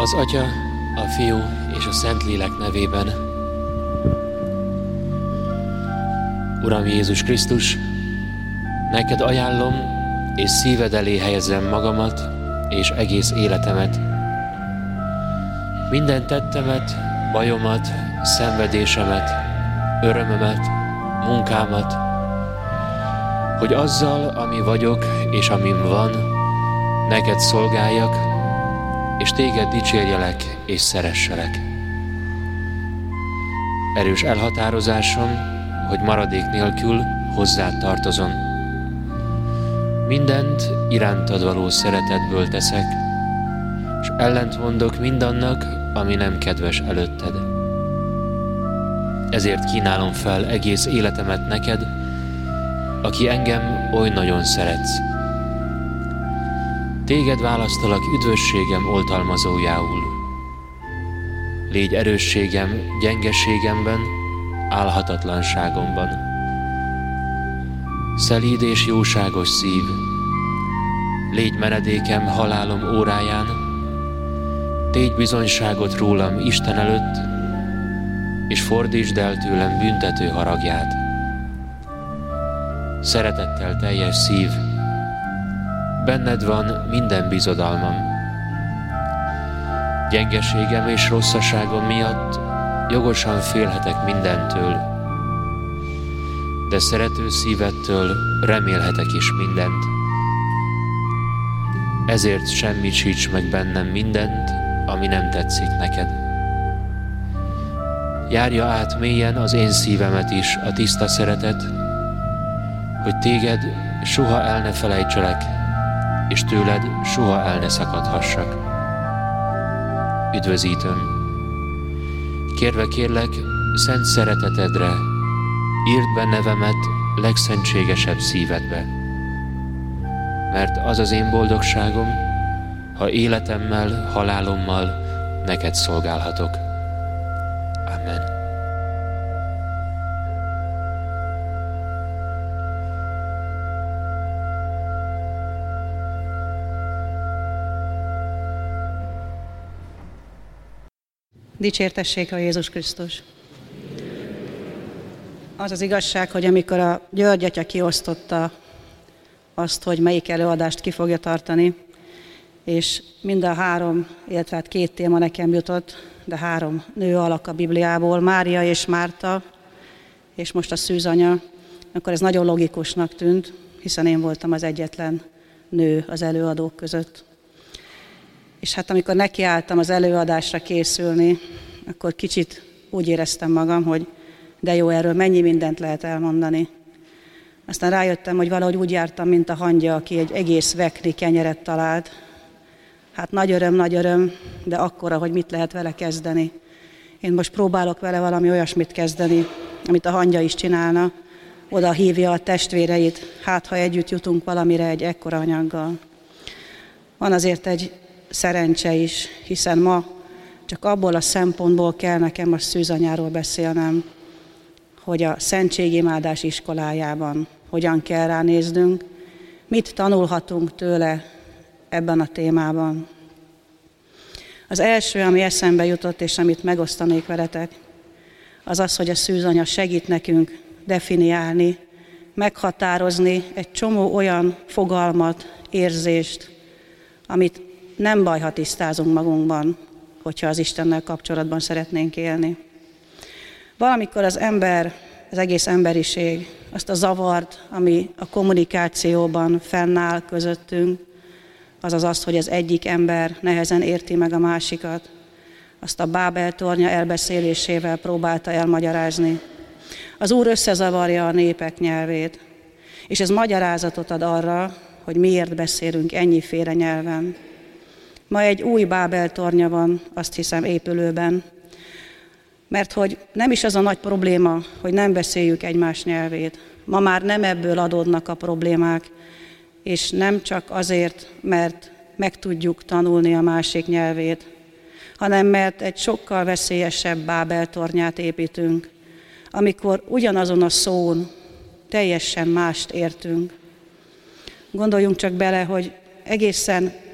Az Atya, a Fiú és a Szentlélek nevében. Uram Jézus Krisztus, neked ajánlom, és szíved elé helyezem magamat és egész életemet. Minden tettemet, bajomat, szenvedésemet, örömömet, munkámat, hogy azzal, ami vagyok és amim van, neked szolgáljak, és téged dicsérjelek és szeresselek. Erős elhatározásom, hogy maradék nélkül hozzád tartozom. Mindent irántad való szeretetből teszek, és ellent mondok mindannak, ami nem kedves előtted. Ezért kínálom fel egész életemet neked, aki engem oly nagyon szeretsz. Téged választalak üdvösségem oltalmazójául. Légy erősségem gyengeségemben, álhatatlanságomban. Szelíd és jóságos szív, légy menedékem halálom óráján, tégy bizonyságot rólam Isten előtt, és fordítsd el tőlem büntető haragját. Szeretettel teljes szív, benned van minden bizodalmam. Gyengeségem és rosszaságom miatt jogosan félhetek mindentől, de szerető szívettől remélhetek is mindent. Ezért semmisíts meg bennem mindent, ami nem tetszik neked. Járja át mélyen az én szívemet is a tiszta szeretet, hogy téged soha el ne felejtselek, és tőled soha el ne szakadhassak. Üdvözítőm! Kérve kérlek, szent szeretetedre, írd be nevemet legszentségesebb szívedbe. Mert az az én boldogságom, ha életemmel, halálommal neked szolgálhatok. Amen. Dicsértessék a Jézus Krisztus! Az az igazság, hogy amikor a György atya kiosztotta azt, hogy melyik előadást ki fogja tartani, és mind a három, illetve hát 2 téma nekem jutott, de 3 nő alak a Bibliából, Mária és Márta, és most a szűzanya, akkor ez nagyon logikusnak tűnt, hiszen én voltam az egyetlen nő az előadók között. És hát amikor nekiálltam az előadásra készülni, akkor kicsit úgy éreztem magam, hogy de jó, erről mennyi mindent lehet elmondani. Aztán rájöttem, hogy valahogy úgy jártam, mint a hangya, aki egy egész vekni kenyeret talált. Hát nagy öröm, de akkora, hogy mit lehet vele kezdeni. Én most próbálok vele valami olyasmit kezdeni, amit a hangya is csinálna. Oda hívja a testvéreit, hát ha együtt jutunk valamire egy ekkora anyaggal. Van azért egy szerencse is, hiszen ma csak abból a szempontból kell nekem a szűzanyáról beszélnem, hogy a szentségimádás iskolájában hogyan kell ránéznünk, mit tanulhatunk tőle ebben a témában. Az első, ami eszembe jutott, és amit megosztanék veletek, az az, hogy a szűzanya segít nekünk definiálni, meghatározni egy csomó olyan fogalmat, érzést, amit nem baj, ha tisztázunk magunkban, hogyha az Istennel kapcsolatban szeretnénk élni. Valamikor az ember, az egész emberiség azt a zavart, ami a kommunikációban fennáll közöttünk, azaz azt, hogy az egyik ember nehezen érti meg a másikat, azt a Bábel tornya elbeszélésével próbálta elmagyarázni. Az Úr összezavarja a népek nyelvét, és ez magyarázatot ad arra, hogy miért beszélünk ennyiféle nyelven. Ma egy új Bábel tornya van, azt hiszem, épülőben, mert hogy nem is az a nagy probléma, hogy nem beszéljük egymás nyelvét. Ma már nem ebből adódnak a problémák, és nem csak azért, mert meg tudjuk tanulni a másik nyelvét, hanem mert egy sokkal veszélyesebb Bábel tornyát építünk, amikor ugyanazon a szón teljesen mást értünk. Gondoljunk csak bele, hogy egészen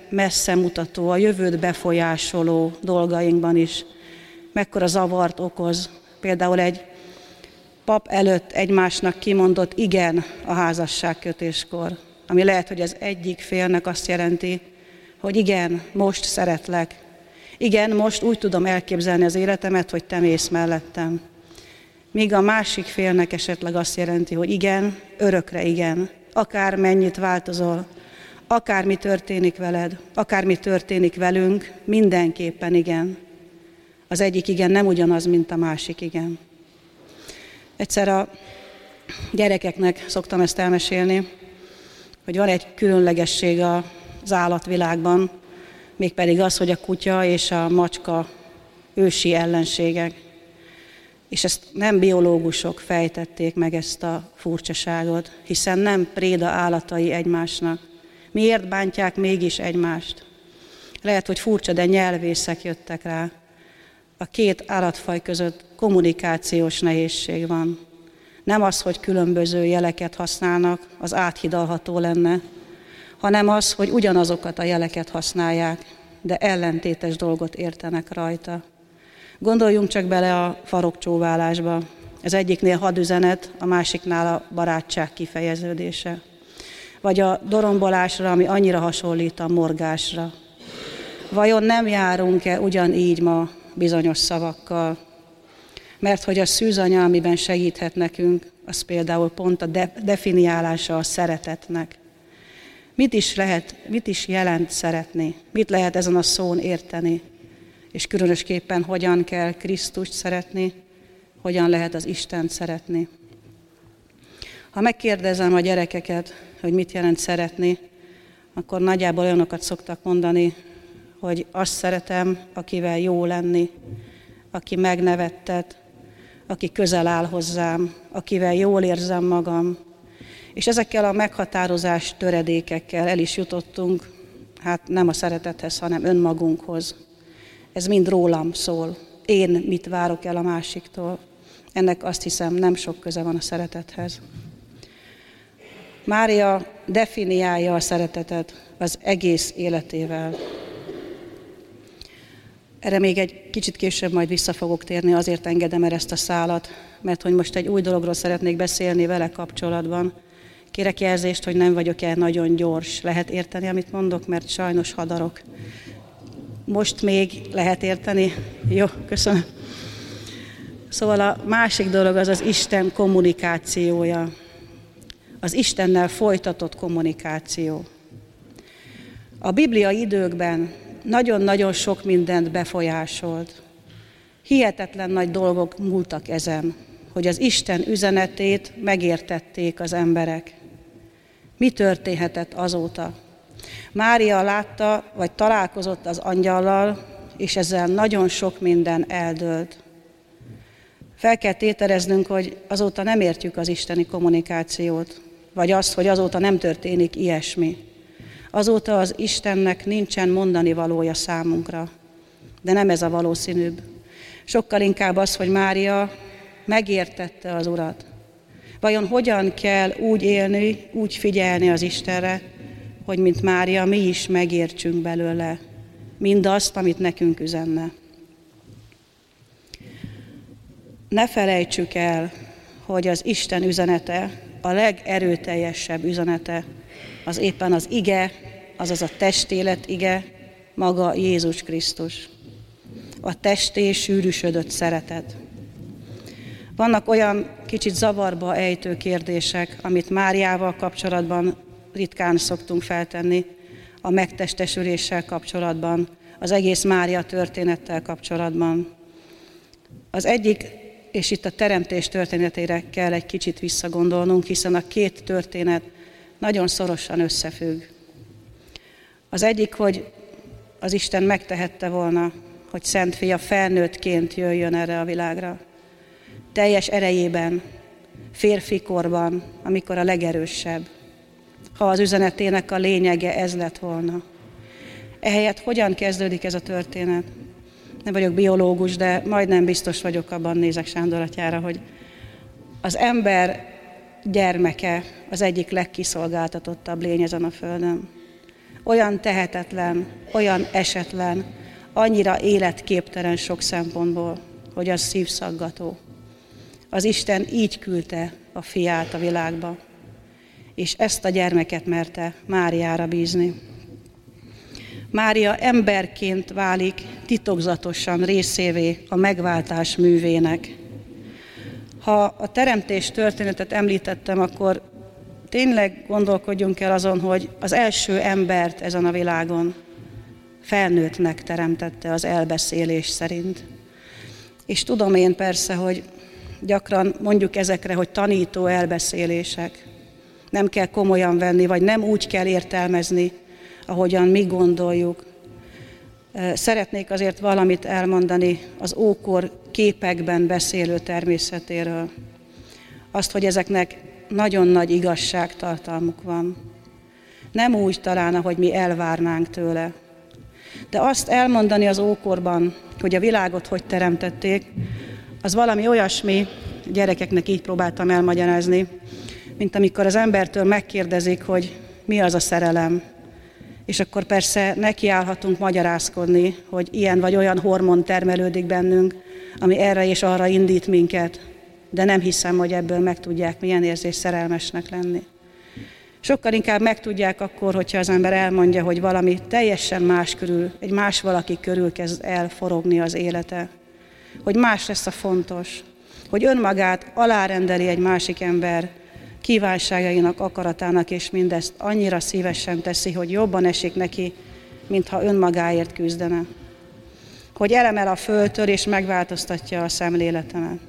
messze mutató, a jövőt befolyásoló dolgainkban is mekkora zavart okoz. Például egy pap előtt egymásnak kimondott igen a házasságkötéskor, ami lehet, hogy az egyik félnek azt jelenti, hogy igen, most szeretlek. Igen, most úgy tudom elképzelni az életemet, hogy te mész mellettem. Míg a másik félnek esetleg azt jelenti, hogy igen, örökre igen. Akármennyit változol, akármi történik veled, akármi történik velünk, mindenképpen igen. Az egyik igen nem ugyanaz, mint a másik igen. Egyszer a gyerekeknek szoktam ezt elmesélni, hogy van egy különlegesség az állatvilágban, mégpedig az, hogy a kutya és a macska ősi ellenségek. És ezt nem biológusok fejtették meg, ezt a furcsaságot, hiszen nem préda állatai egymásnak. Miért bántják mégis egymást? Lehet, hogy furcsa, de nyelvészek jöttek rá. A két állatfaj között kommunikációs nehézség van. Nem az, hogy különböző jeleket használnak, az áthidalható lenne, hanem az, hogy ugyanazokat a jeleket használják, de ellentétes dolgot értenek rajta. Gondoljunk csak bele a farokcsóválásba. Az egyiknél hadüzenet, a másiknál a barátság kifejeződése. Vagy a dorombolásra, ami annyira hasonlít a morgásra. Vajon nem járunk-e ugyanígy ma bizonyos szavakkal? Mert hogy a szűzanya, amiben segíthet nekünk, az például pont a definiálása a szeretetnek. Mit is jelent szeretni? Mit lehet ezen a szón érteni? És különösképpen hogyan kell Krisztust szeretni, hogyan lehet az Istent szeretni. Ha megkérdezem a gyerekeket, hogy mit jelent szeretni, akkor nagyjából olyanokat szoktak mondani, hogy azt szeretem, akivel jó lenni, aki megnevettet, aki közel áll hozzám, akivel jól érzem magam. És ezekkel a meghatározás töredékekkel el is jutottunk, hát nem a szeretethez, hanem önmagunkhoz. Ez mind rólam szól. Én mit várok el a másiktól. Ennek azt hiszem nem sok köze van a szeretethez. Mária definiálja a szeretetet az egész életével. Erre még egy kicsit később majd vissza fogok térni, azért engedem el ezt a szálat, mert hogy most egy új dologról szeretnék beszélni vele kapcsolatban. Kérek jelzést, hogy nem vagyok-e nagyon gyors. Lehet érteni, amit mondok, mert sajnos hadarok. Most még lehet érteni? Jó, köszönöm. Szóval a másik dolog az Isten kommunikációja. Az Istennel folytatott kommunikáció. A bibliai időkben nagyon-nagyon sok mindent befolyásolt. Hihetetlen nagy dolgok múltak ezen, hogy az Isten üzenetét megértették az emberek. Mi történhetett azóta? Mária látta, vagy találkozott az angyallal, és ezzel nagyon sok minden eldőlt. Fel kell tételeznünk, hogy azóta nem értjük az isteni kommunikációt, vagy azt, hogy azóta nem történik ilyesmi. Azóta az Istennek nincsen mondani valója számunkra, de nem ez a valószínűbb. Sokkal inkább az, hogy Mária megértette az Urat. Vajon hogyan kell úgy élni, úgy figyelni az Istenre, hogy mint Mária mi is megértsünk belőle mindazt, amit nekünk üzenne. Ne felejtsük el, hogy az Isten üzenete, a legerőteljesebb üzenete, az éppen az ige, azaz a testélet ige, maga Jézus Krisztus. A testé sűrűsödött szeretet. Vannak olyan kicsit zavarba ejtő kérdések, amit Máriával kapcsolatban ritkán szoktunk feltenni, a megtestesüléssel kapcsolatban, az egész Mária történettel kapcsolatban. Az egyik, és itt a teremtés történetére kell egy kicsit visszagondolnunk, hiszen a két történet nagyon szorosan összefügg. Az egyik, hogy az Isten megtehette volna, hogy Szent Fia felnőttként jöjjön erre a világra. Teljes erejében, férfikorban, amikor a legerősebb. Ha az üzenetének a lényege ez lett volna. Ehelyett hogyan kezdődik ez a történet? Nem vagyok biológus, de majdnem biztos vagyok abban, nézek Sándor atyára, hogy az ember gyermeke az egyik legkiszolgáltatottabb lény ezen a földön. olyan tehetetlen, olyan esetlen, annyira életképtelen sok szempontból, hogy az szívszaggató. Az Isten így küldte a fiát a világba, és ezt a gyermeket merte Máriára bízni. Mária emberként válik titokzatosan részévé a megváltás művének. Ha a teremtés történetet említettem, akkor tényleg gondolkodjunk el azon, hogy az első embert ezen a világon felnőttnek teremtette az elbeszélés szerint. És tudom én persze, hogy gyakran mondjuk ezekre, hogy tanító elbeszélések. Nem kell komolyan venni, vagy nem úgy kell értelmezni, ahogyan mi gondoljuk. Szeretnék azért valamit elmondani az ókor képekben beszélő természetéről. Azt, hogy ezeknek nagyon nagy igazságtartalmuk van. Nem úgy talán, ahogy mi elvárnánk tőle. De azt elmondani az ókorban, hogy a világot hogy teremtették, az valami olyasmi, gyerekeknek így próbáltam elmagyarázni, mint amikor az embertől megkérdezik, hogy mi az a szerelem. És akkor persze nekiállhatunk magyarázkodni, hogy ilyen vagy olyan hormon termelődik bennünk, ami erre és arra indít minket, de nem hiszem, hogy ebből megtudják, milyen érzés szerelmesnek lenni. Sokkal inkább megtudják akkor, hogyha az ember elmondja, hogy valami teljesen más körül, egy más valaki körül kezd el forogni az élete. Hogy más lesz a fontos, hogy önmagát alárendeli egy másik ember kívánságainak, akaratának, és mindezt annyira szívesen teszi, hogy jobban esik neki, mintha önmagáért küzdene. Hogy elemel a földtől, és megváltoztatja a szemléletemet.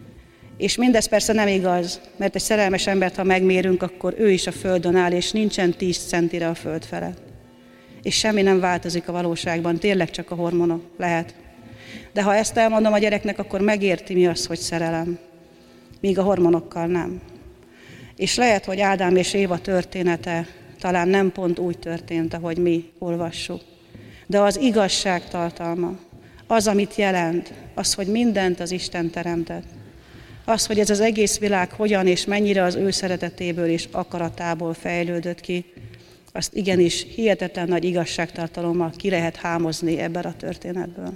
És mindez persze nem igaz, mert egy szerelmes embert, ha megmérünk, akkor ő is a földön áll, és nincsen 10 centire a föld felett. És semmi nem változik a valóságban, tényleg csak a hormonok lehet. De ha ezt elmondom a gyereknek, akkor megérti, mi az, hogy szerelem. Míg a hormonokkal nem. És lehet, hogy Ádám és Éva története talán nem pont úgy történt, ahogy mi olvassuk. De az igazság tartalma, az, amit jelent, az, hogy mindent az Isten teremtett. Az, hogy ez az egész világ hogyan és mennyire az ő szeretetéből és akaratából fejlődött ki, azt igenis hihetetlen nagy igazságtartalommal ki lehet hámozni ebben a történetből.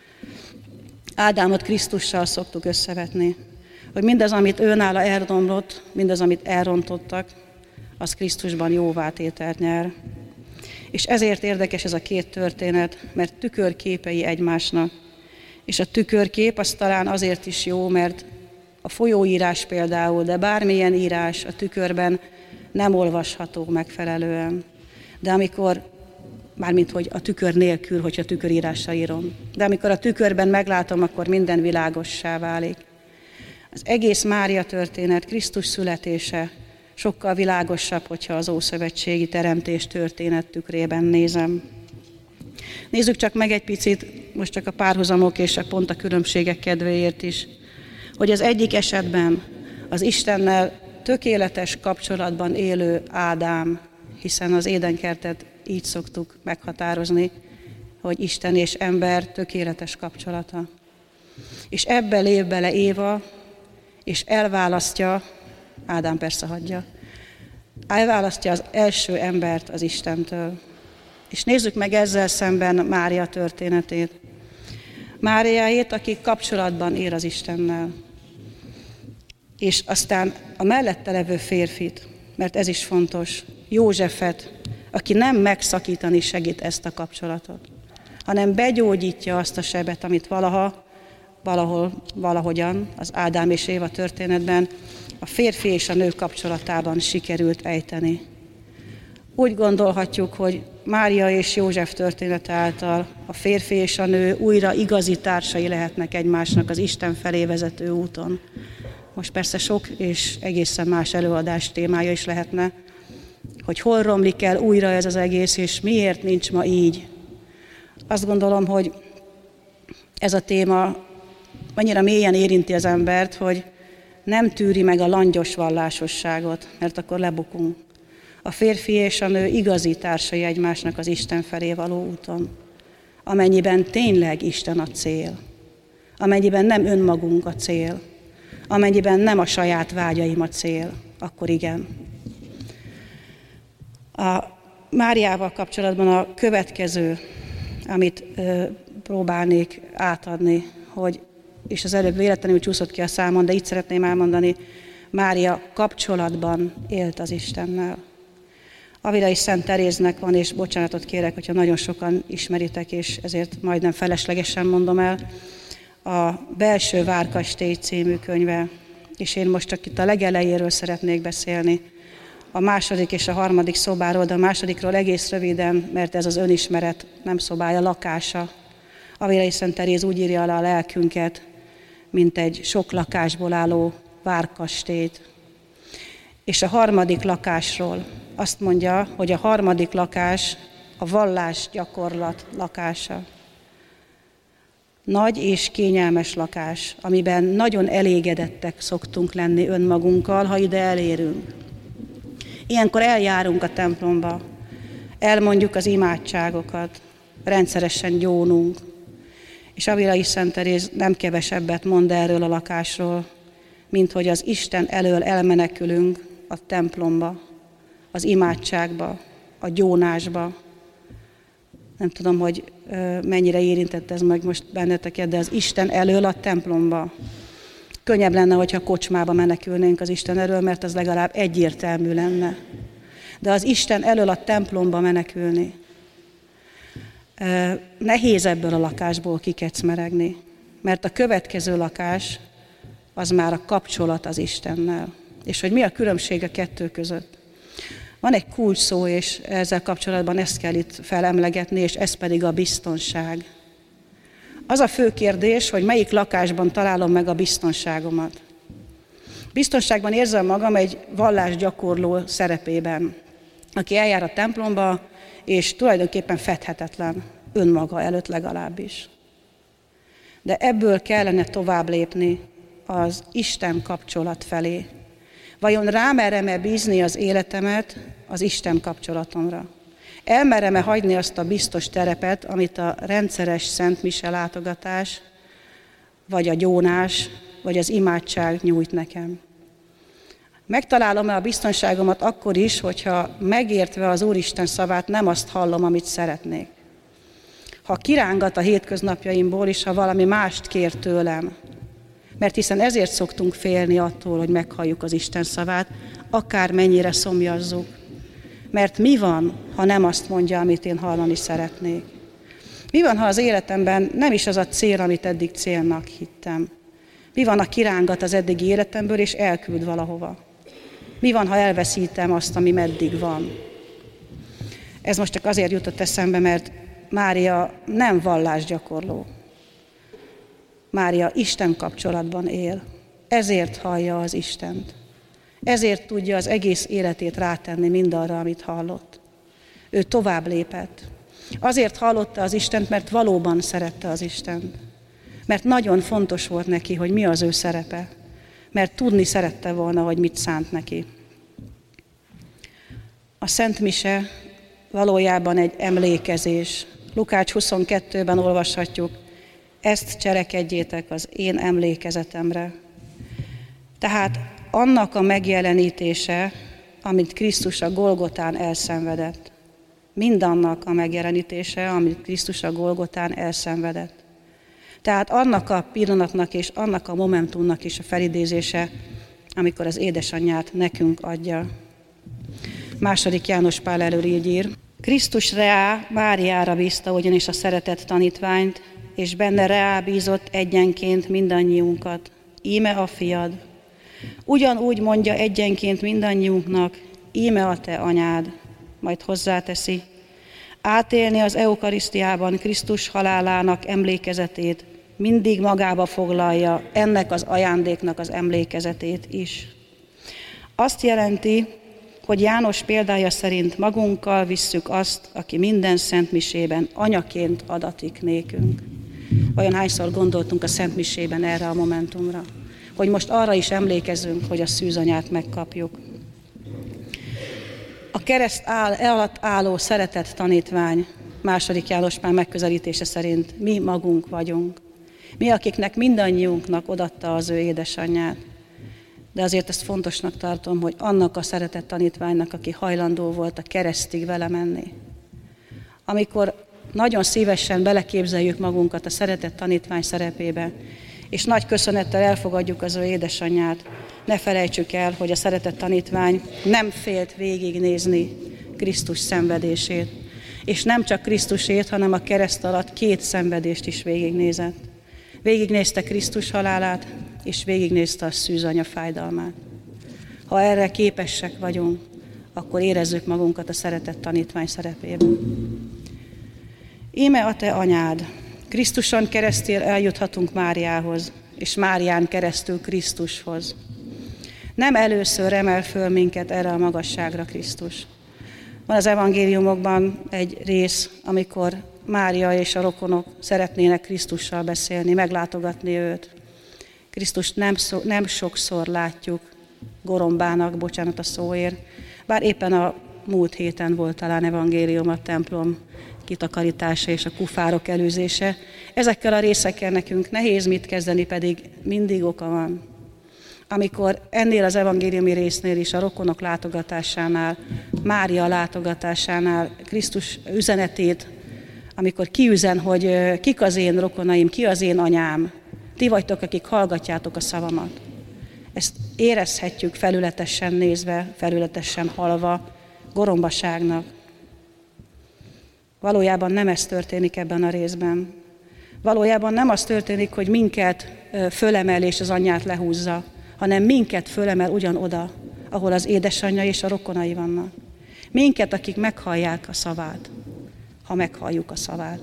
Ádámot Krisztussal szoktuk összevetni, hogy mindaz, amit őnála elromlott, mindaz, amit elrontottak, az Krisztusban jóvátételt nyer. És ezért érdekes ez a két történet, mert tükörképei egymásnak. És a tükörkép az talán azért is jó, mert a folyóírás például, de bármilyen írás a tükörben nem olvasható megfelelően. De amikor, mármint hogy a tükör nélkül, hogyha tükörírással írom, de amikor a tükörben meglátom, akkor minden világossá válik. Az egész Mária történet, Krisztus születése sokkal világosabb, hogyha az ószövetségi teremtés történet tükrében nézem. Nézzük csak meg egy picit, most csak a párhuzamok és a pont a különbségek kedvéért is, hogy az egyik esetben az Istennel tökéletes kapcsolatban élő Ádám, hiszen az édenkertet így szoktuk meghatározni, hogy Isten és ember tökéletes kapcsolata. És ebbe lép bele Éva, és elválasztja, Ádám persze hagyja, elválasztja az első embert az Istentől. És nézzük meg ezzel szemben Mária történetét. Máriáét, aki kapcsolatban él az Istennel. És aztán a mellette levő férfit, mert ez is fontos, Józsefet, aki nem megszakítani segít ezt a kapcsolatot, hanem begyógyítja azt a sebet, amit valahogyan az Ádám és Éva történetben a férfi és a nő kapcsolatában sikerült ejteni. Úgy gondolhatjuk, hogy Mária és József története által a férfi és a nő újra igazi társai lehetnek egymásnak az Isten felé vezető úton. Most persze sok és egészen más előadás témája is lehetne, hogy hol romlik el újra ez az egész, és miért nincs ma így. Azt gondolom, hogy ez a téma annyira mélyen érinti az embert, hogy nem tűri meg a langyos vallásosságot, mert akkor lebukunk. A férfi és a nő igazi társai egymásnak az Isten felé való úton, amennyiben tényleg Isten a cél, amennyiben nem önmagunk a cél, amennyiben nem a saját vágyaim a cél, akkor igen. Máriával kapcsolatban a következő, amit próbálnék átadni, és az előbb véletlenül csúszott ki a számon, de itt szeretném elmondani, Mária kapcsolatban élt az Istennel. Avilai Szent Teréznek van, és bocsánatot kérek, hogyha nagyon sokan ismeritek, és ezért majdnem feleslegesen mondom el, a Belső Várkastély című könyve, és én most csak itt a legelejéről szeretnék beszélni, a második és a harmadik szobáról, de a másodikról egész röviden, mert ez az önismeret nem szobája, lakása. Avilai Szent Teréz úgy írja alá a lelkünket, mint egy sok lakásból álló várkastélyt. És a harmadik lakásról azt mondja, hogy a harmadik lakás a vallásgyakorlat lakása. Nagy és kényelmes lakás, amiben nagyon elégedettek szoktunk lenni önmagunkkal, ha ide elérünk. Ilyenkor eljárunk a templomba, elmondjuk az imádságokat, rendszeresen gyónunk, és Avilai Szent Teréz nem kevesebbet mond erről a lakásról, mint hogy az Isten elől elmenekülünk a templomba, az imádságba, a gyónásba. Nem tudom, hogy mennyire érintett ez meg most benneteket, de az Isten elől a templomba. Könnyebb lenne, hogyha kocsmába menekülnénk az Isten elől, mert az legalább egyértelmű lenne. De az Isten elől a templomba menekülni. Nehéz ebből a lakásból kikecmeregni, mert a következő lakás az már a kapcsolat az Istennel. És hogy mi a különbség a kettő között? Van egy kulcs szó, és ezzel kapcsolatban ezt kell itt felemlegetni, és ez pedig a biztonság. Az a fő kérdés, hogy melyik lakásban találom meg a biztonságomat. Biztonságban érzem magam egy vallásgyakorló szerepében, aki eljár a templomba, és tulajdonképpen fedhetetlen önmaga előtt legalábbis. De ebből kellene tovább lépni az Isten kapcsolat felé. Vajon rámerem-e bízni az életemet az Isten kapcsolatomra? Elmerem-e hagyni azt a biztos terepet, amit a rendszeres Szent Mise látogatás, vagy a gyónás, vagy az imádság nyújt nekem? Megtalálom-e a biztonságomat akkor is, hogyha megértve az Úristen szavát nem azt hallom, amit szeretnék? Ha kirángat a hétköznapjaimból is, ha valami mást kér tőlem, mert hiszen ezért szoktunk félni attól, hogy meghalljuk az Isten szavát, akármennyire szomjazzuk. Mert mi van, ha nem azt mondja, amit én hallani szeretnék? Mi van, ha az életemben nem is az a cél, amit eddig célnak hittem? Mi van, ha kirángat az eddigi életemből, és elküld valahova? Mi van, ha elveszítem azt, ami meddig van? Ez most csak azért jutott eszembe, mert Mária nem vallásgyakorló. Mária Isten kapcsolatban él. Ezért hallja az Istent. Ezért tudja az egész életét rátenni mindarra, amit hallott. Ő tovább lépett. Azért hallotta az Istent, mert valóban szerette az Istent. Mert nagyon fontos volt neki, hogy mi az ő szerepe. Mert tudni szerette volna, hogy mit szánt neki. A Szent Mise valójában egy emlékezés. Lukács 22-ben olvashatjuk, ezt cselekedjétek az én emlékezetemre. Tehát annak a megjelenítése, amit Krisztus a Golgotán elszenvedett. Mindannak a megjelenítése, amit Krisztus a Golgotán elszenvedett. Tehát annak a pillanatnak és annak a momentumnak is a felidézése, amikor az édesanyját nekünk adja. II. János Pál elől így ír. Krisztus reá Máriára bízta ugyanis a szeretett tanítványt, és benne reá bízott egyenként mindannyiunkat. Íme a fiad. Ugyanúgy mondja egyenként mindannyiunknak, íme a te anyád. Majd hozzáteszi, átélni az eukarisztiában Krisztus halálának emlékezetét, mindig magába foglalja ennek az ajándéknak az emlékezetét is. Azt jelenti, hogy János példája szerint magunkkal visszük azt, aki minden szent misében anyaként adatik nékünk. Vajon hányszor gondoltunk a szent misében erre a momentumra? Hogy most arra is emlékezünk, hogy a szűzanyát megkapjuk. A kereszt alatt álló szeretett tanítvány II. János Pál megközelítése szerint mi magunk vagyunk. Mi, akiknek mindannyiunknak odatta az ő édesanyját. de azért ezt fontosnak tartom, hogy annak a szeretett tanítványnak, aki hajlandó volt a keresztig vele menni. Amikor nagyon szívesen beleképzeljük magunkat a szeretett tanítvány szerepébe, és nagy köszönettel elfogadjuk az ő édesanyját, ne felejtsük el, hogy a szeretett tanítvány nem félt végignézni Krisztus szenvedését, és nem csak Krisztusét, hanem a kereszt alatt 2 szenvedést is végignézett. Végignézte Krisztus halálát, és végignézte a szűzanya fájdalmát. Ha erre képesek vagyunk, akkor érezzük magunkat a szeretett tanítvány szerepében. Íme a te anyád. Krisztuson keresztül eljuthatunk Máriához, és Márián keresztül Krisztushoz. Nem először emel föl minket erre a magasságra Krisztus. Van az evangéliumokban egy rész, amikor Mária és a rokonok szeretnének Krisztussal beszélni, meglátogatni őt. Krisztust nem sokszor látjuk gorombának, bocsánat a szóért, bár éppen a múlt héten volt talán evangélium, a templom kitakarítása és a kufárok elűzése. Ezekkel a részekkel nekünk nehéz mit kezdeni, pedig mindig oka van. Amikor ennél az evangéliumi résznél is, a rokonok látogatásánál, Mária látogatásánál Krisztus üzenetét, amikor kiüzen, hogy kik az én rokonaim, ki az én anyám, ti vagytok, akik hallgatjátok a szavamat. Ezt érezhetjük felületesen nézve, felületesen hallva, gorombaságnak. Valójában nem ez történik ebben a részben. Valójában nem az történik, hogy minket fölemel és az anyját lehúzza, hanem minket fölemel ugyanoda, ahol az édesanyja és a rokonai vannak. Minket, akik meghallják a szavát, ha meghalljuk a szavát.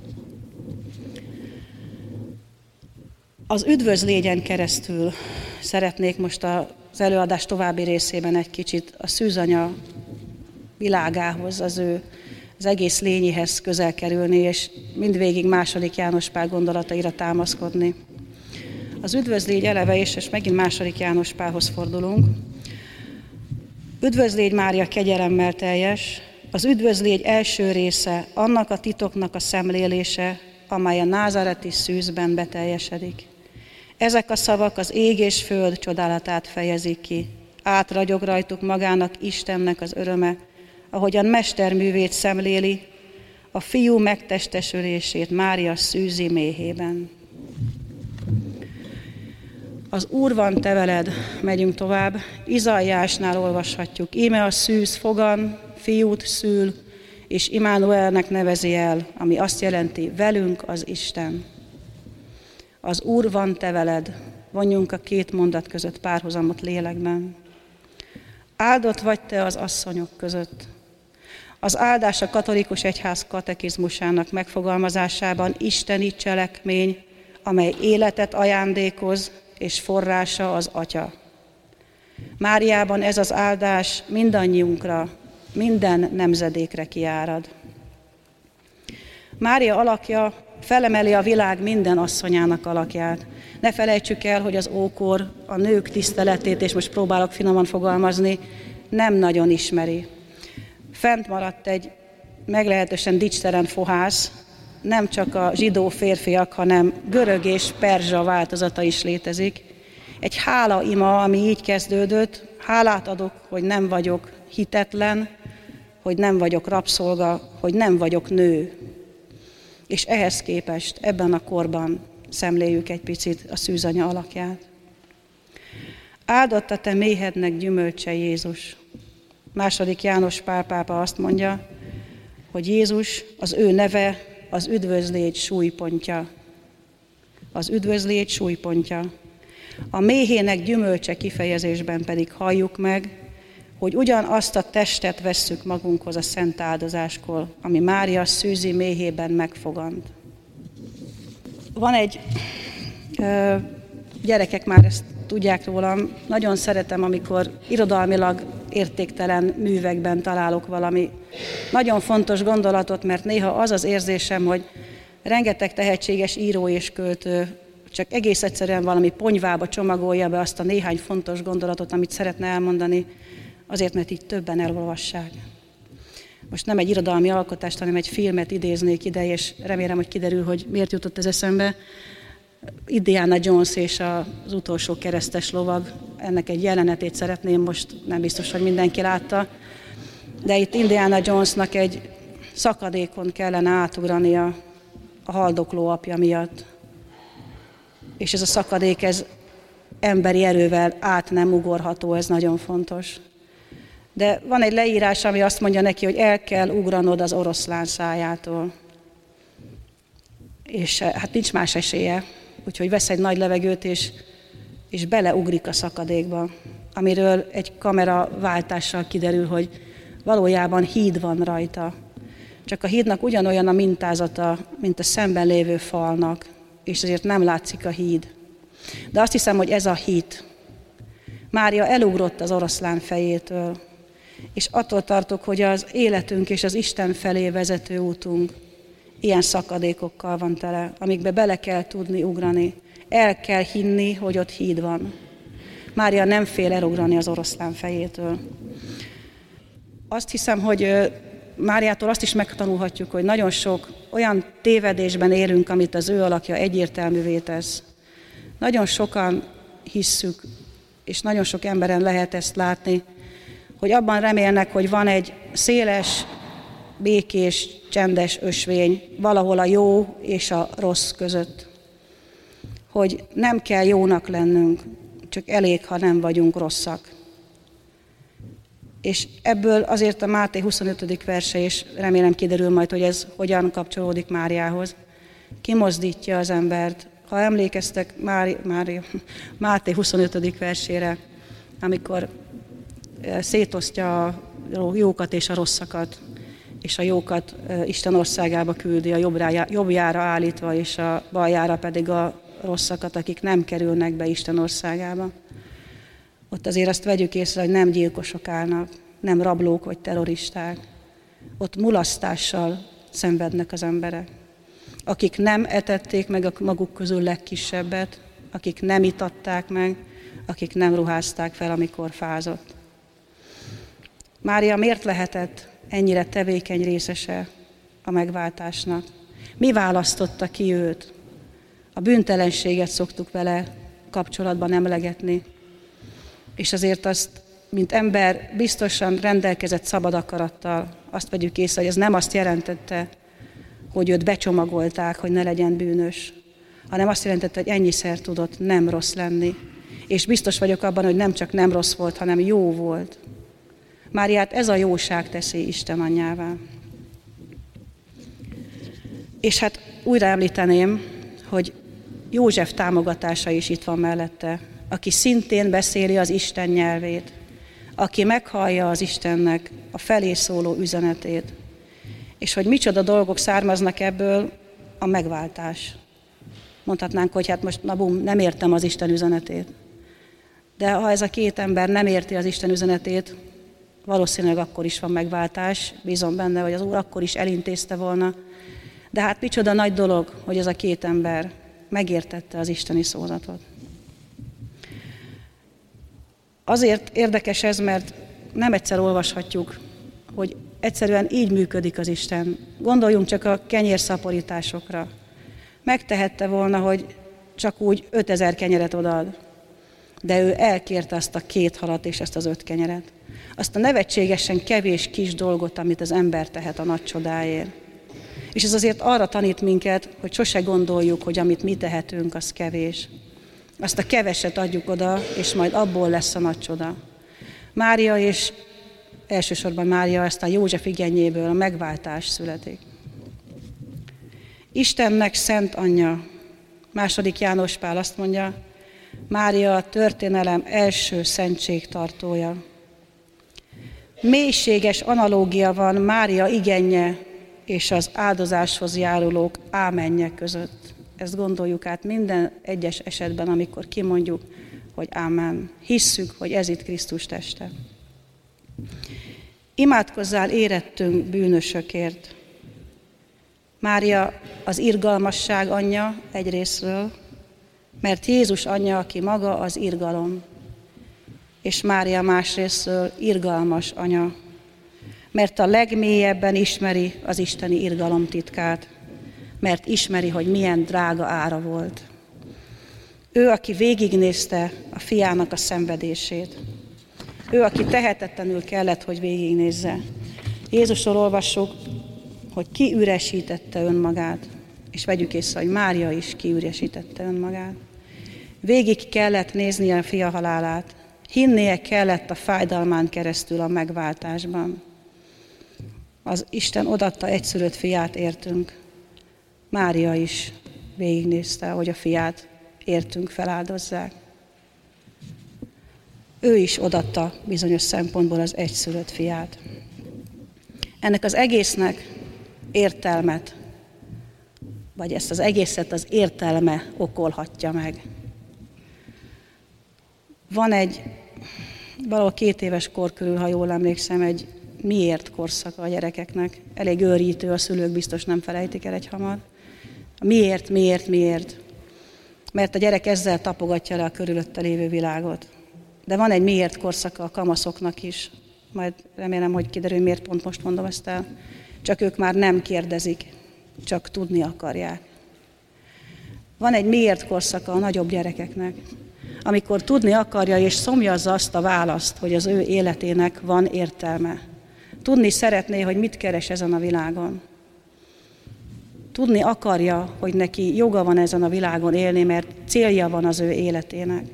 Az üdvözlégyen keresztül szeretnék most az előadás további részében egy kicsit a szűzanya világához, az egész lényéhez közel kerülni, és mindvégig II. János Pál gondolataira támaszkodni. Az üdvözlégy eleve, és megint II. János Pálhoz fordulunk. Üdvözlégy Mária kegyelemmel teljes, az üdvözlégy első része annak a titoknak a szemlélése, amely a názáreti szűzben beteljesedik. Ezek a szavak az ég és föld csodálatát fejezik ki. Átragyog rajtuk magának Istennek az öröme, ahogyan mesterművét szemléli, a fiú megtestesülését Mária szűzi méhében. Az Úr van te veled, megyünk tovább, Izaiásnál olvashatjuk. Íme a szűz fogan, fiút szül, és Immanuelnek nevezi el, ami azt jelenti, velünk az Isten. Az Úr van te veled, vonjunk a 2 mondat között párhuzamot lélekben. Áldott vagy te az asszonyok között. Az áldás a katolikus egyház katekizmusának megfogalmazásában isteni cselekmény, amely életet ajándékoz, és forrása az Atya. Máriában ez az áldás mindannyiunkra, minden nemzedékre kiárad. Mária alakja felemeli a világ minden asszonyának alakját. Ne felejtsük el, hogy az ókor a nők tiszteletét, és most próbálok finoman fogalmazni, nem nagyon ismeri. Fent maradt egy meglehetősen dicsteren fohász, nem csak a zsidó férfiak, hanem görög és perzsa változata is létezik. Egy hálaima, ami így kezdődött, hálát adok, hogy nem vagyok hitetlen, hogy nem vagyok rabszolga, hogy nem vagyok nő. És ehhez képest ebben a korban szemléljük egy picit a szűzanya alakját. Áldott a te méhednek gyümölcse, Jézus. II. János Pál pápa azt mondja, hogy Jézus, az ő neve, az üdvözlégy súlypontja. Az üdvözlégy súlypontja. A méhének gyümölcse kifejezésben pedig halljuk meg, hogy ugyanazt a testet vesszük magunkhoz a szent áldozáskor, ami Mária szűzi méhében megfogant. Van egy, gyerekek már ezt tudják rólam, nagyon szeretem, amikor irodalmilag értéktelen művekben találok valami nagyon fontos gondolatot, mert néha az az érzésem, hogy rengeteg tehetséges író és költő csak egész egyszerűen valami ponyvába csomagolja be azt a néhány fontos gondolatot, amit szeretne elmondani, azért, mert így többen elolvassák. Most nem egy irodalmi alkotást, hanem egy filmet idéznék ide, és remélem, hogy kiderül, hogy miért jutott ez eszembe. Indiana Jones és az utolsó keresztes lovag, ennek egy jelenetét szeretném, most nem biztos, hogy mindenki látta, de itt Indiana Jonesnak egy szakadékon kellene átugrania a haldokló apja miatt. És ez a szakadék, ez emberi erővel át nem ugorható, ez nagyon fontos. De van egy leírás, ami azt mondja neki, hogy el kell ugranod az oroszlán szájától. És hát nincs más esélye, úgyhogy vesz egy nagy levegőt, és beleugrik a szakadékba, amiről egy kameraváltással kiderül, hogy valójában híd van rajta. Csak a hídnak ugyanolyan a mintázata, mint a szemben lévő falnak, és ezért nem látszik a híd. De azt hiszem, hogy ez a hit. Mária elugrott az oroszlán fejétől, és attól tartok, hogy az életünk és az Isten felé vezető útunk ilyen szakadékokkal van tele, amikbe bele kell tudni ugrani. El kell hinni, hogy ott híd van. Mária nem fél elugrani az oroszlán fejétől. Azt hiszem, hogy Máriától azt is megtanulhatjuk, hogy nagyon sok olyan tévedésben élünk, amit az ő alakja egyértelművé tesz. Nagyon sokan hisszük, és nagyon sok emberen lehet ezt látni, hogy abban remélnek, hogy van egy széles, békés, csendes ösvény valahol a jó és a rossz között. Hogy nem kell jónak lennünk, csak elég, ha nem vagyunk rosszak. És ebből azért a Máté 25. verse, és remélem kiderül majd, hogy ez hogyan kapcsolódik Máriához, kimozdítja az embert. Ha emlékeztek Máté 25. versére, amikor szétosztja a jókat és a rosszakat, és a jókat Isten országába küldi, a jobbjára állítva, és a baljára pedig a rosszakat, akik nem kerülnek be Isten országába. Ott azért azt vegyük észre, hogy nem gyilkosok állnak, nem rablók vagy terroristák. Ott mulasztással szenvednek az emberek. Akik nem etették meg a maguk közül legkisebbet, akik nem itatták meg, akik nem ruházták fel, amikor fázott. Mária miért lehetett ennyire tevékeny részese a megváltásnak? Mi választotta ki őt? A bűntelenséget szoktuk vele kapcsolatban emlegetni, és azért azt, mint ember biztosan rendelkezett szabad akarattal, azt vegyük észre, hogy ez nem azt jelentette, hogy őt becsomagolták, hogy ne legyen bűnös, hanem azt jelentette, hogy ennyiszer tudott nem rossz lenni. És biztos vagyok abban, hogy nem csak nem rossz volt, hanem jó volt. Máriát ez a jóság teszi Isten anyjává. És hát újra említeném, hogy József támogatása is itt van mellette, aki szintén beszéli az Isten nyelvét, aki meghallja az Istennek a felé szóló üzenetét. És hogy micsoda dolgok származnak ebből, a megváltás. Mondhatnánk, hogy hát most nem értem az Isten üzenetét. De ha ez a két ember nem érti az Isten üzenetét, valószínűleg akkor is van megváltás, bízom benne, hogy az Úr akkor is elintézte volna. De hát micsoda nagy dolog, hogy ez a két ember megértette az isteni szózatot. Azért érdekes ez, mert nem egyszer olvashatjuk, hogy egyszerűen így működik az Isten. Gondoljunk csak a kenyérszaporításokra. Megtehette volna, hogy csak úgy 5000 kenyeret odaad, de ő elkérte azt a 2 halat és ezt az 5 kenyeret. Azt a nevetségesen kevés kis dolgot, amit az ember tehet a nagy csodáért. És ez azért arra tanít minket, hogy sose gondoljuk, hogy amit mi tehetünk, az kevés. Azt a keveset adjuk oda, és majd abból lesz a nagy csoda. Mária és elsősorban Mária, aztán József igényéből a megváltás születik. Istennek szent anyja. 2. János Pál azt mondja, Mária a történelem első szentségtartója. Mélységes analógia van Mária igénye és az áldozáshoz járulók ámenje között. Ezt gondoljuk át minden egyes esetben, amikor kimondjuk, hogy ámen. Hisszük, hogy ez itt Krisztus teste. Imádkozzál érettünk bűnösökért. Mária az irgalmasság anyja egyrészről, mert Jézus anyja, aki maga az irgalom, és Mária másrészről irgalmas anya, mert a legmélyebben ismeri az isteni irgalom titkát, mert ismeri, hogy milyen drága ára volt. Ő, aki végignézte a fiának a szenvedését. Ő, aki tehetetlenül kellett, hogy végignézze. Jézusról olvassuk, hogy kiüresítette önmagát, és vegyük észre, hogy Mária is kiüresítette önmagát. Végig kellett néznie a fia halálát, hinnie kellett a fájdalmán keresztül a megváltásban. Az Isten odaadta egyszülött fiát értünk. Mária is végignézte, hogy a fiát értünk feláldozzák. Ő is odaadta bizonyos szempontból az egyszülött fiát. Ennek az egésznek értelmet, vagy ezt az egészet az értelme okolhatja meg. Van egy, valahol 2 éves kor körül, ha jól emlékszem, egy miért korszaka a gyerekeknek. Elég őrítő, a szülők biztos nem felejtik el egyhamar. Miért? Mert a gyerek ezzel tapogatja le a körülötte lévő világot. De van egy miért korszaka a kamaszoknak is. Majd remélem, hogy kiderül, miért pont most mondom ezt el. Csak ők már nem kérdezik, csak tudni akarják. Van egy miért korszaka a nagyobb gyerekeknek, amikor tudni akarja és szomjazza azt a választ, hogy az ő életének van értelme. Tudni szeretné, hogy mit keres ezen a világon. Tudni akarja, hogy neki joga van ezen a világon élni, mert célja van az ő életének.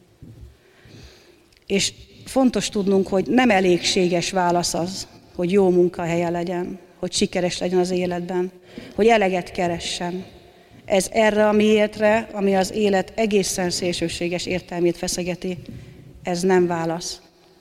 És fontos tudnunk, hogy nem elégséges válasz az, hogy jó munkahelye legyen, hogy sikeres legyen az életben, hogy eleget keressen. Ez erre a miértre, ami az élet egészen szélsőséges értelmét feszegeti, ez nem válasz.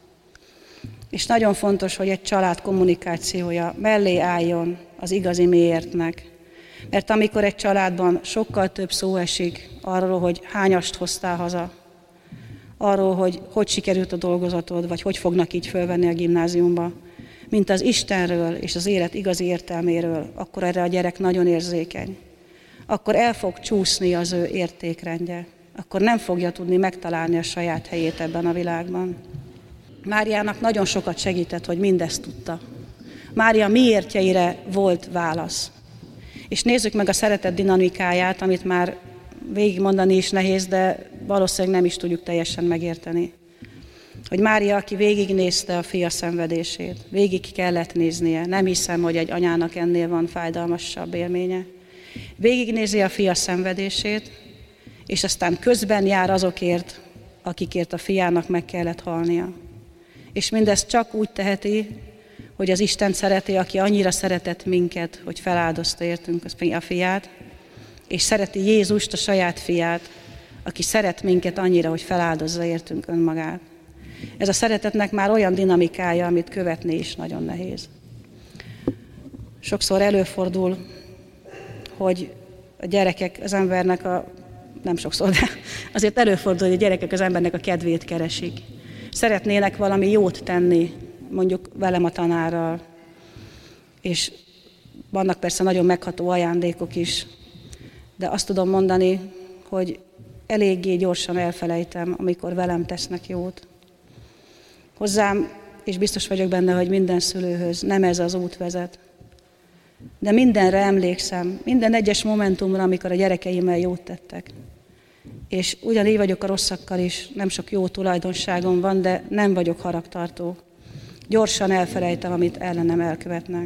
És nagyon fontos, hogy egy család kommunikációja mellé álljon az igazi miértnek. Mert amikor egy családban sokkal több szó esik arról, hogy hányast hoztál haza, arról, hogy sikerült a dolgozatod, vagy hogy fognak így fölvenni a gimnáziumba, mint az Istenről és az élet igazi értelméről, akkor erre a gyerek nagyon érzékeny. Akkor el fog csúszni az ő értékrendje. Akkor nem fogja tudni megtalálni a saját helyét ebben a világban. Máriának nagyon sokat segített, hogy mindezt tudta. Mária miértjeire volt válasz. És nézzük meg a szeretet dinamikáját, amit már végigmondani is nehéz, de valószínűleg nem is tudjuk teljesen megérteni. Hogy Mária, aki végignézte a fia szenvedését, végig kellett néznie. Nem hiszem, hogy egy anyának ennél van fájdalmasabb élménye. Végignézi a fia szenvedését, és aztán közben jár azokért, akikért a fiának meg kellett halnia. És mindezt csak úgy teheti, hogy az Isten szereti, aki annyira szeretett minket, hogy feláldozta értünk a fiát, és szereti Jézust, a saját fiát, aki szeret minket annyira, hogy feláldozza értünk önmagát. Ez a szeretetnek már olyan dinamikája, amit követni is nagyon nehéz. Sokszor előfordul, hogy a gyerekek az embernek nem sokszor, de azért előfordul, hogy a gyerekek az embernek a kedvét keresik. Szeretnének valami jót tenni, mondjuk velem a tanárral, és vannak persze nagyon megható ajándékok is, de azt tudom mondani, hogy eléggé gyorsan elfelejtem, amikor velem tesznek jót. Hozzám, és biztos vagyok benne, hogy minden szülőhöz nem ez az út vezet. De mindenre emlékszem, minden egyes momentumra, amikor a gyerekeimmel jót tettek. És ugyanígy vagyok a rosszakkal is, nem sok jó tulajdonságom van, de nem vagyok haragtartó. Gyorsan elfelejtem, amit ellenem elkövetnek.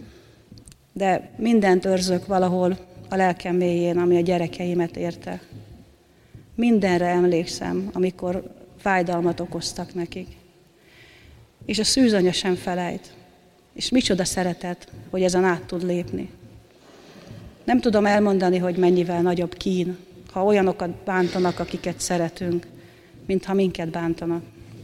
De mindent őrzök valahol a lelkem mélyén, ami a gyerekeimet érte. Mindenre emlékszem, amikor fájdalmat okoztak nekik. És a szűzanya sem felejt. És micsoda szeretet, hogy ezen át tud lépni. Nem tudom elmondani, hogy mennyivel nagyobb kín, ha olyanokat bántanak, akiket szeretünk, mint ha minket bántanak.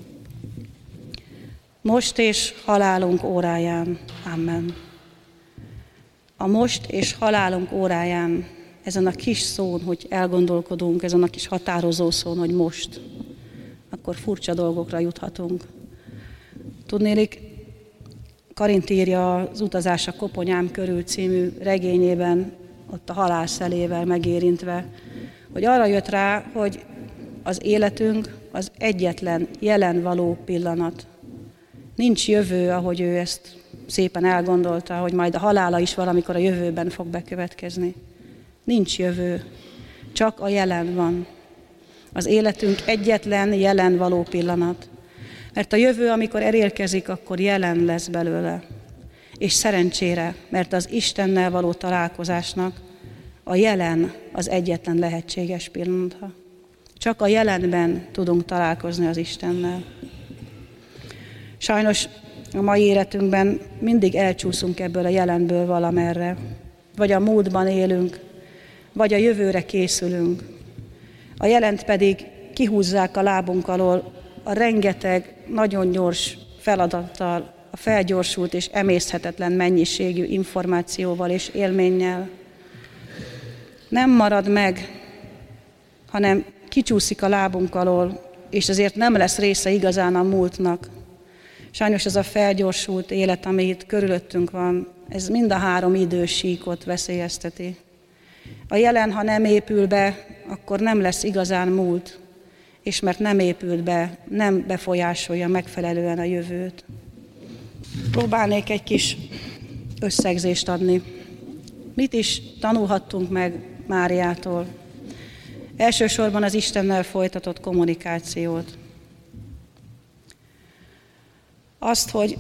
Most és halálunk óráján. Amen. A most és halálunk óráján, ezen a kis szón, hogy elgondolkodunk, ezen a kis határozó szón, hogy most, akkor furcsa dolgokra juthatunk. Tudnélik, Karint írja az Utazás a koponyám körül című regényében, ott a halál szelével megérintve, hogy arra jött rá, hogy az életünk az egyetlen jelen való pillanat. Nincs jövő, ahogy ő ezt szépen elgondolta, hogy majd a halála is valamikor a jövőben fog bekövetkezni. Nincs jövő, csak a jelen van. Az életünk egyetlen jelen való pillanat. Mert a jövő, amikor elérkezik, akkor jelen lesz belőle. És szerencsére, mert az Istennel való találkozásnak a jelen az egyetlen lehetséges pillanata. Csak a jelenben tudunk találkozni az Istennel. Sajnos a mai életünkben mindig elcsúszunk ebből a jelenből valamerre. Vagy a múltban élünk, vagy a jövőre készülünk. A jelent pedig kihúzzák a lábunk alól a rengeteg, nagyon gyors feladattal, a felgyorsult és emészthetetlen mennyiségű információval és élménnyel. Nem marad meg, hanem kicsúszik a lábunk alól, és ezért nem lesz része igazán a múltnak. Sajnos ez a felgyorsult élet, ami itt körülöttünk van, ez mind a három idősíkot veszélyezteti. A jelen, ha nem épül be, akkor nem lesz igazán múlt, és mert nem épült be, nem befolyásolja megfelelően a jövőt. Próbálnék egy kis összegzést adni. Mit is tanulhattunk meg Máriától? Elsősorban az Istennel folytatott kommunikációt. Azt, hogy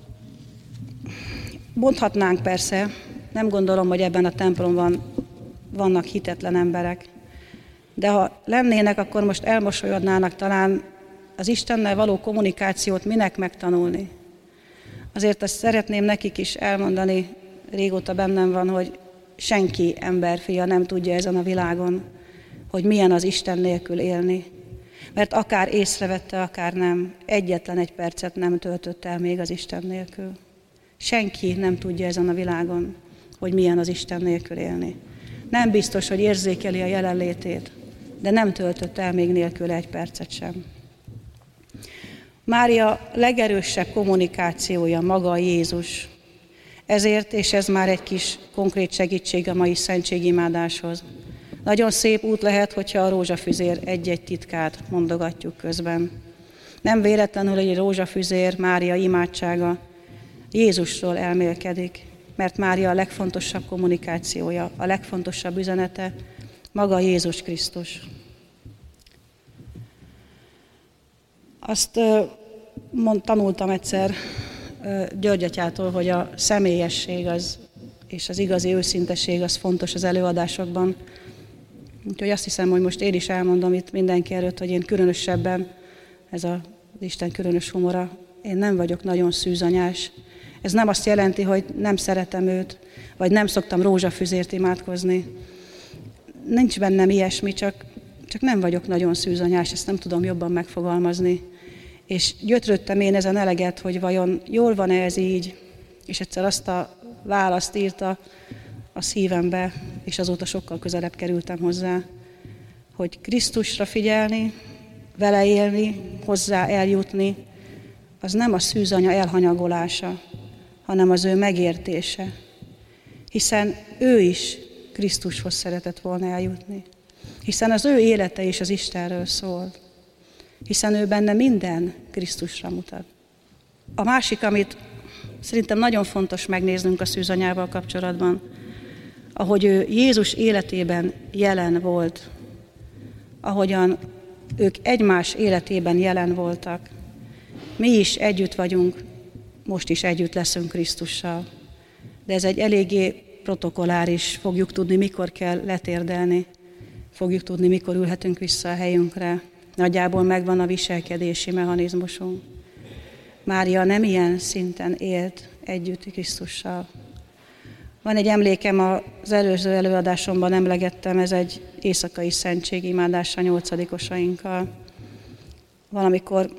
mondhatnánk persze, nem gondolom, hogy ebben a templomban vannak hitetlen emberek, de ha lennének, akkor most elmosolyodnának talán az Istennel való kommunikációt minek megtanulni. Azért azt szeretném nekik is elmondani, régóta bennem van, hogy senki emberfia nem tudja ezen a világon, hogy milyen az Isten nélkül élni. Mert akár észrevette, akár nem, egyetlen egy percet nem töltött el még az Isten nélkül. Senki nem tudja ezen a világon, hogy milyen az Isten nélkül élni. Nem biztos, hogy érzékeli a jelenlétét, de nem töltött el még nélkül egy percet sem. Mária legerősebb kommunikációja maga Jézus. Ezért, és ez már egy kis konkrét segítség a mai szentségimádáshoz. Nagyon szép út lehet, hogyha a rózsafüzér egy-egy titkát mondogatjuk közben. Nem véletlenül, hogy egy rózsafüzér, Mária imádsága Jézusról elmélkedik, mert Mária a legfontosabb kommunikációja, a legfontosabb üzenete maga Jézus Krisztus. Azt tanultam egyszer György atyától, hogy a személyesség és az igazi őszintesség az fontos az előadásokban. Úgyhogy azt hiszem, hogy most én is elmondom itt mindenki előtt, hogy én különösebben, ez az Isten különös humora, én nem vagyok nagyon szűzanyás. Ez nem azt jelenti, hogy nem szeretem őt, vagy nem szoktam rózsafüzért imádkozni. Nincs bennem ilyesmi, csak nem vagyok nagyon szűzanyás, ezt nem tudom jobban megfogalmazni. És gyötrődtem én ezen eleget, hogy vajon jól van-e ez így, és egyszer azt a választ írta a szívembe, és azóta sokkal közelebb kerültem hozzá, hogy Krisztusra figyelni, vele élni, hozzá eljutni, az nem a szűzanya elhanyagolása, hanem az ő megértése. Hiszen ő is Krisztushoz szeretett volna eljutni. Hiszen az ő élete is az Istenről szól. Hiszen ő benne minden Krisztusra mutat. A másik, amit szerintem nagyon fontos megnéznünk a szűzanyával kapcsolatban, ahogy ő Jézus életében jelen volt, ahogyan ők egymás életében jelen voltak. Mi is együtt vagyunk, most is együtt leszünk Krisztussal. De ez egy eléggé protokolláris, fogjuk tudni, mikor kell letérdelni, fogjuk tudni, mikor ülhetünk vissza a helyünkre. Nagyjából megvan a viselkedési mechanizmusunk. Mária nem ilyen szinten élt együtt Krisztussal. Van egy emlékem, az előző előadásomban emlegettem, ez egy éjszakai szentségimádás a 8-osainkkal. Valamikor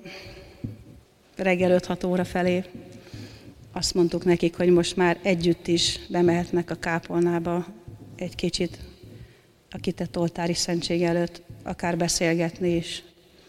reggel 5-6 óra felé azt mondtuk nekik, hogy most már együtt is bemehetnek a kápolnába egy kicsit a kitett oltári szentség előtt, akár beszélgetni is.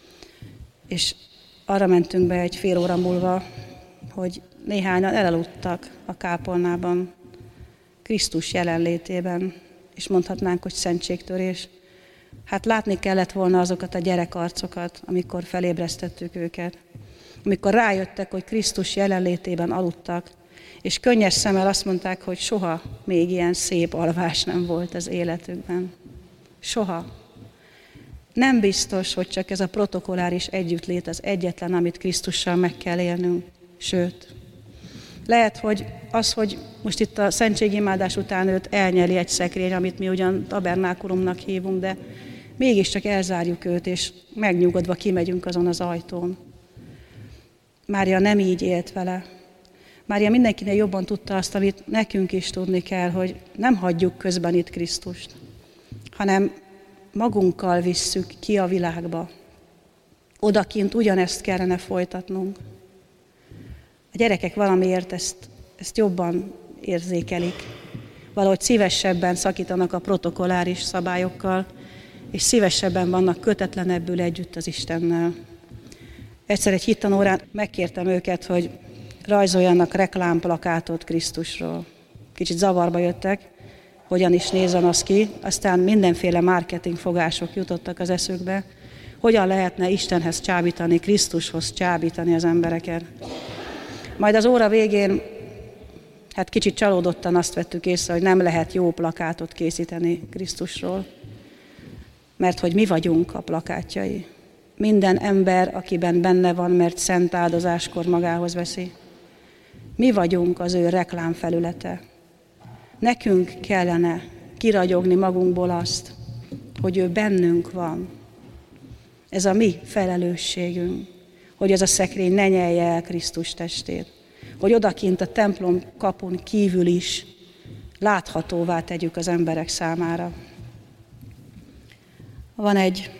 És arra mentünk be egy fél óra múlva, hogy néhányan elaludtak a kápolnában, Krisztus jelenlétében, és mondhatnánk, hogy szentségtörés. Hát látni kellett volna azokat a gyerekarcokat, amikor felébresztettük őket, amikor rájöttek, hogy Krisztus jelenlétében aludtak, és könnyes szemmel azt mondták, hogy soha még ilyen szép alvás nem volt az életükben. Soha. Nem biztos, hogy csak ez a protokolláris együttlét az egyetlen, amit Krisztussal meg kell élnünk. Sőt, lehet, hogy az, hogy most itt a szentségimádás után őt elnyeli egy szekrény, amit mi ugyan tabernákulumnak hívunk, de mégiscsak elzárjuk őt, és megnyugodva kimegyünk azon az ajtón. Mária nem így élt vele. Mária mindenkinél jobban tudta azt, amit nekünk is tudni kell, hogy nem hagyjuk közben itt Krisztust, hanem magunkkal visszük ki a világba. Odakint ugyanezt kellene folytatnunk. A gyerekek valamiért ezt jobban érzékelik. Valahogy szívesebben szakítanak a protokolláris szabályokkal, és szívesebben vannak kötetlenebbül együtt az Istennel. Egyszer egy hittanórán megkértem őket, hogy rajzoljanak reklámplakátot Krisztusról. Kicsit zavarba jöttek, hogyan is nézzen az ki, aztán mindenféle marketing fogások jutottak az eszükbe, hogyan lehetne Istenhez csábítani, Krisztushoz csábítani az embereket. Majd az óra végén, kicsit csalódottan azt vettük észre, hogy nem lehet jó plakátot készíteni Krisztusról, mert hogy mi vagyunk a plakátjai. Minden ember, akiben benne van, mert szent áldozáskor magához veszi. Mi vagyunk az ő reklámfelülete. Nekünk kellene kiragyogni magunkból azt, hogy ő bennünk van. Ez a mi felelősségünk, hogy ez a szekrény ne nyelje el Krisztus testét. Hogy odakint a templom kapun kívül is láthatóvá tegyük az emberek számára. Van egy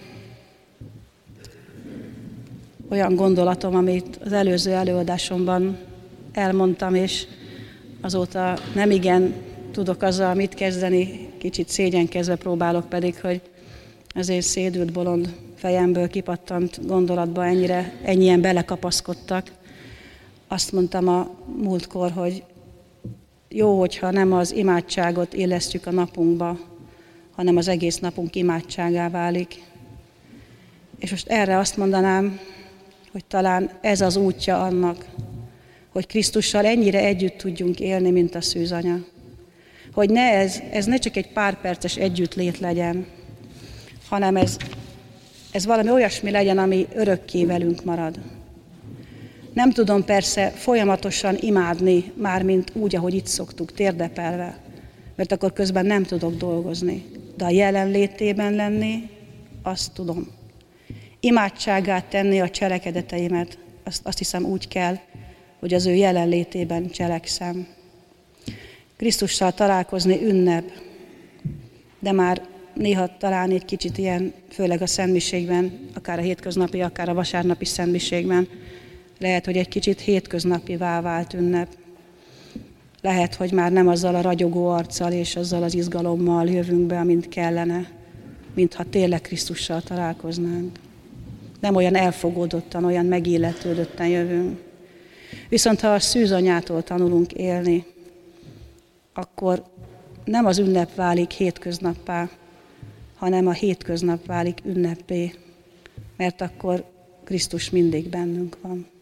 olyan gondolatom, amit az előző előadásomban elmondtam, és azóta nem igen tudok azzal mit kezdeni, kicsit szégyenkezve próbálok pedig, hogy az én szédült bolond fejemből kipattant gondolatba ennyien belekapaszkodtak. Azt mondtam a múltkor, hogy jó, hogyha nem az imádságot illesztjük a napunkba, hanem az egész napunk imádságá válik. És most erre azt mondanám, hogy talán ez az útja annak, hogy Krisztussal ennyire együtt tudjunk élni, mint a szűzanya. Hogy ez ne csak egy pár perces együttlét legyen, hanem ez valami olyasmi legyen, ami örökké velünk marad. Nem tudom persze folyamatosan imádni, mármint úgy, ahogy itt szoktuk, térdepelve, mert akkor közben nem tudok dolgozni. De a jelenlétében lenni, azt tudom. Imádságát tenni a cselekedeteimet, azt hiszem úgy kell, hogy az ő jelenlétében cselekszem. Krisztussal találkozni ünnep, de már néha talán egy kicsit ilyen, főleg a szentmiségben, akár a hétköznapi, akár a vasárnapi szentmiségben, lehet, hogy egy kicsit hétköznapivá vált ünnep. Lehet, hogy már nem azzal a ragyogó arccal és azzal az izgalommal jövünk be, amint kellene, mintha tényleg Krisztussal találkoznánk. Nem olyan elfogódottan, olyan megilletődötten jövünk. Viszont ha a szűzanyától tanulunk élni, akkor nem az ünnep válik hétköznappá, hanem a hétköznap válik ünneppé, mert akkor Krisztus mindig bennünk van.